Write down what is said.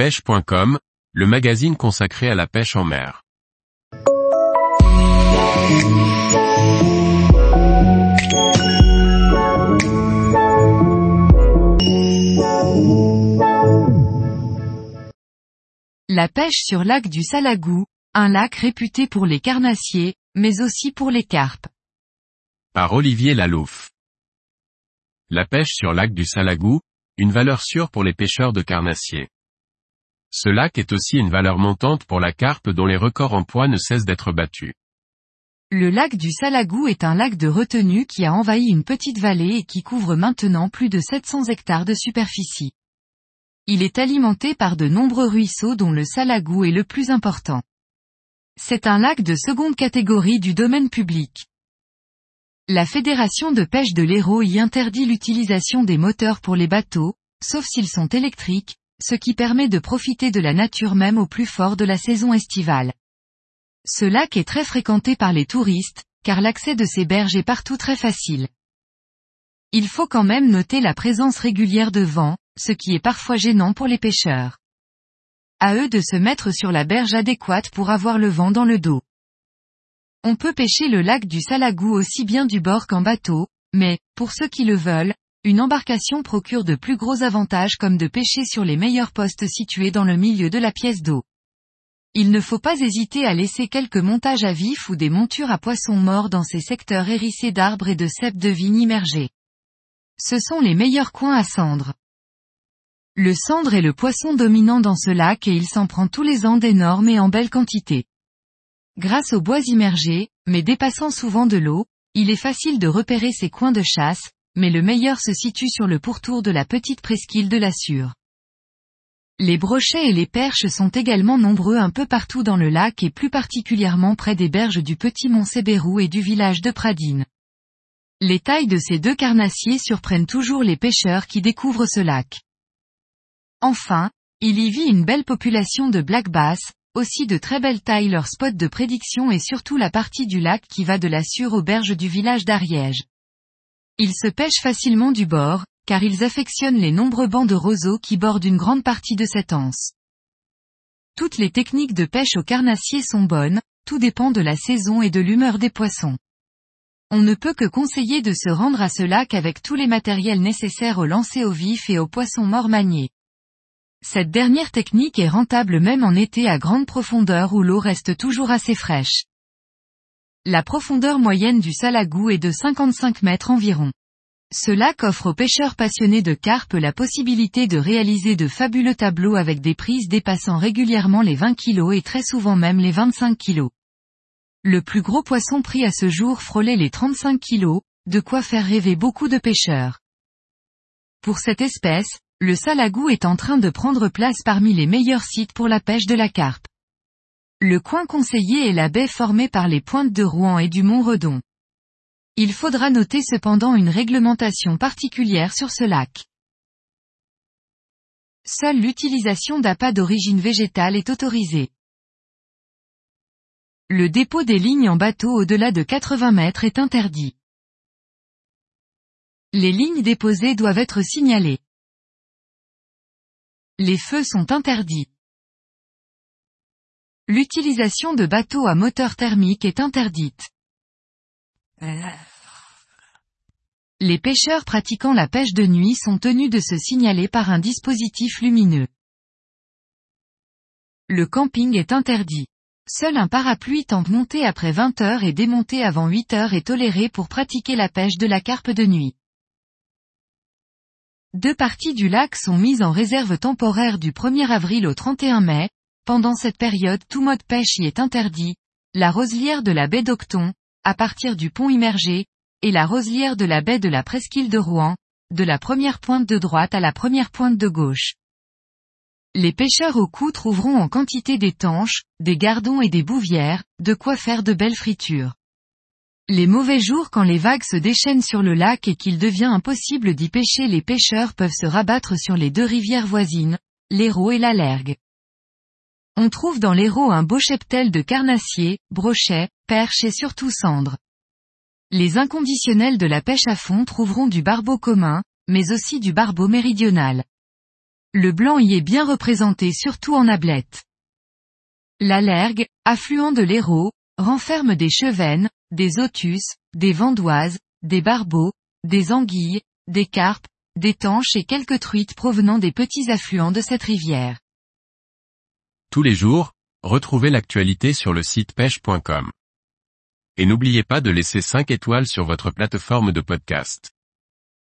pêche.com, le magazine consacré à la pêche en mer. La pêche sur lac du Salagou, un lac réputé pour les carnassiers, mais aussi pour les carpes. Par Olivier Lalouf. La pêche sur lac du Salagou, une valeur sûre pour les pêcheurs de carnassiers. Ce lac est aussi une valeur montante pour la carpe dont les records en poids ne cessent d'être battus. Le lac du Salagou est un lac de retenue qui a envahi une petite vallée et qui couvre maintenant plus de 700 hectares de superficie. Il est alimenté par de nombreux ruisseaux dont le Salagou est le plus important. C'est un lac de seconde catégorie du domaine public. La Fédération de pêche de l'Hérault y interdit l'utilisation des moteurs pour les bateaux, sauf s'ils sont électriques, ce qui permet de profiter de la nature même au plus fort de la saison estivale. Ce lac est très fréquenté par les touristes, car l'accès de ces berges est partout très facile. Il faut quand même noter la présence régulière de vent, ce qui est parfois gênant pour les pêcheurs. À eux de se mettre sur la berge adéquate pour avoir le vent dans le dos. On peut pêcher le lac du Salagou aussi bien du bord qu'en bateau, mais, pour ceux qui le veulent, une embarcation procure de plus gros avantages comme de pêcher sur les meilleurs postes situés dans le milieu de la pièce d'eau. Il ne faut pas hésiter à laisser quelques montages à vif ou des montures à poissons morts dans ces secteurs hérissés d'arbres et de ceps de vigne immergés. Ce sont les meilleurs coins à cendre. Le cendre est le poisson dominant dans ce lac et il s'en prend tous les ans d'énormes et en belle quantité. Grâce aux bois immergés, mais dépassant souvent de l'eau, il est facile de repérer ces coins de chasse, mais le meilleur se situe sur le pourtour de la petite presqu'île de la Sûre. Les brochets et les perches sont également nombreux un peu partout dans le lac et plus particulièrement près des berges du Petit Mont-Sébérou et du village de Pradines. Les tailles de ces deux carnassiers surprennent toujours les pêcheurs qui découvrent ce lac. Enfin, il y vit une belle population de black bass, aussi de très belle taille leur spot de prédiction et surtout la partie du lac qui va de la Sûre aux berges du village d'Ariège. Ils se pêchent facilement du bord, car ils affectionnent les nombreux bancs de roseaux qui bordent une grande partie de cette anse. Toutes les techniques de pêche au carnassier sont bonnes, tout dépend de la saison et de l'humeur des poissons. On ne peut que conseiller de se rendre à ce lac avec tous les matériels nécessaires au lancer au vif et aux poissons morts maniés. Cette dernière technique est rentable même en été à grande profondeur où l'eau reste toujours assez fraîche. La profondeur moyenne du Salagou est de 55 mètres environ. Ce lac offre aux pêcheurs passionnés de carpe la possibilité de réaliser de fabuleux tableaux avec des prises dépassant régulièrement les 20 kg et très souvent même les 25 kg. Le plus gros poisson pris à ce jour frôlait les 35 kg, de quoi faire rêver beaucoup de pêcheurs. Pour cette espèce, le Salagou est en train de prendre place parmi les meilleurs sites pour la pêche de la carpe. Le coin conseillé est la baie formée par les pointes de Rouen et du Mont Redon. Il faudra noter cependant une réglementation particulière sur ce lac. Seule l'utilisation d'appâts d'origine végétale est autorisée. Le dépôt des lignes en bateau au-delà de 80 mètres est interdit. Les lignes déposées doivent être signalées. Les feux sont interdits. L'utilisation de bateaux à moteur thermique est interdite. Les pêcheurs pratiquant la pêche de nuit sont tenus de se signaler par un dispositif lumineux. Le camping est interdit. Seul un parapluie tente monter après 20 heures et démonter avant 8 heures est toléré pour pratiquer la pêche de la carpe de nuit. 2 parties du lac sont mises en réserve temporaire du 1er avril au 31 mai, pendant cette période tout mode pêche y est interdit, la roselière de la baie d'Octon, à partir du pont immergé, et la roselière de la baie de la presqu'île de Rouen, de la première pointe de droite à la première pointe de gauche. Les pêcheurs au cou trouveront en quantité des tanches, des gardons et des bouvières, de quoi faire de belles fritures. Les mauvais jours quand les vagues se déchaînent sur le lac et qu'il devient impossible d'y pêcher, les pêcheurs peuvent se rabattre sur les 2 rivières voisines, l'Hérault et la Lergue. On trouve dans l'Hérault un beau cheptel de carnassiers, brochets, perches et surtout cendres. Les inconditionnels de la pêche à fond trouveront du barbeau commun, mais aussi du barbeau méridional. Le blanc y est bien représenté surtout en ablette. La Lergue, affluent de l'Hérault, renferme des chevennes, des otus, des vandoises, des barbeaux, des anguilles, des carpes, des tanches et quelques truites provenant des petits affluents de cette rivière. Tous les jours, retrouvez l'actualité sur le site pêche.com. Et n'oubliez pas de laisser 5 étoiles sur votre plateforme de podcast.